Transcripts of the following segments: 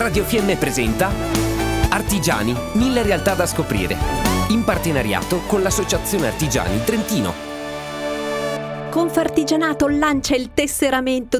Radio FM presenta Artigiani, 1000 realtà da scoprire, in partenariato con l'Associazione Artigiani Trentino. Confartigianato lancia il Tesseramento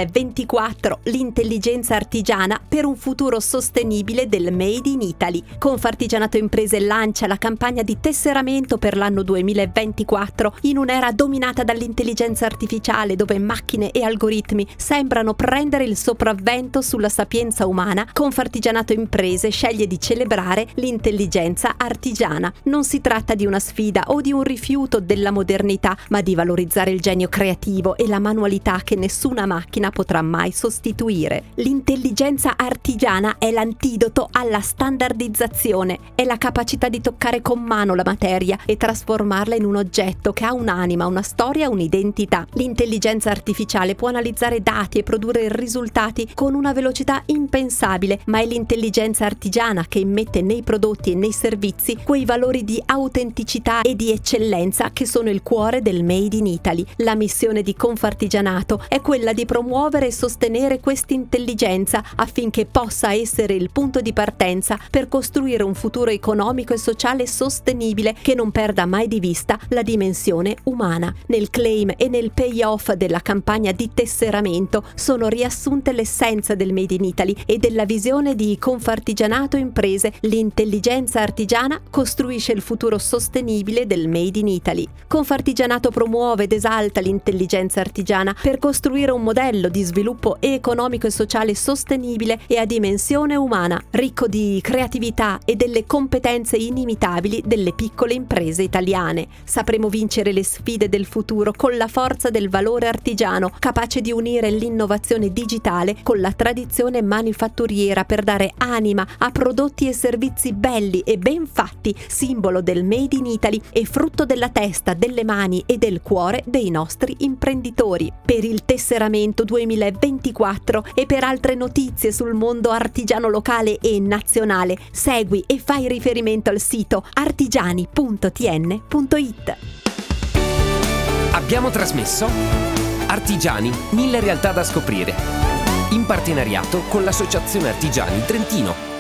2024, l'intelligenza artigiana per un futuro sostenibile del Made in Italy. Confartigianato Imprese lancia la campagna di tesseramento per l'anno 2024 in un'era dominata dall'intelligenza artificiale, dove macchine e algoritmi sembrano prendere il sopravvento sulla sapienza umana. Confartigianato Imprese sceglie di celebrare l'intelligenza artigiana. Non si tratta di una sfida o di un rifiuto della modernità, ma di valorizzare il genio creativo e la manualità che nessuna macchina potrà mai sostituire. L'intelligenza artigiana è l'antidoto alla standardizzazione, è la capacità di toccare con mano la materia e trasformarla in un oggetto che ha un'anima, una storia, un'identità. L'intelligenza artificiale può analizzare dati e produrre risultati con una velocità impensabile, ma è l'intelligenza artigiana che immette nei prodotti e nei servizi quei valori di autenticità e di eccellenza che sono il cuore del Made in Italy. La missione di Confartigianato è quella di promuovere e sostenere quest'intelligenza affinché possa essere il punto di partenza per costruire un futuro economico e sociale sostenibile che non perda mai di vista la dimensione umana. Nel claim e nel payoff della campagna di tesseramento sono riassunte l'essenza del Made in Italy e della visione di Confartigianato Imprese. L'intelligenza artigiana costruisce il futuro sostenibile del Made in Italy. Confartigianato promuove ed esalta l'intelligenza artigiana per costruire un modello di sviluppo economico e sociale sostenibile e a dimensione umana, ricco di creatività e delle competenze inimitabili delle piccole imprese italiane. Sapremo vincere le sfide del futuro con la forza del valore artigiano, capace di unire l'innovazione digitale con la tradizione manifatturiera per dare anima a prodotti e servizi belli e ben fatti, simbolo del Made in Italy e frutto della testa, delle mani e del cuore dei nostri imprenditori. Per il Tesseramento 2024 e per altre notizie sul mondo artigiano locale e nazionale, segui e fai riferimento al sito artigiani.tn.it. Abbiamo trasmesso Artigiani, 1000 realtà da scoprire, in partenariato con l'Associazione Artigiani Trentino.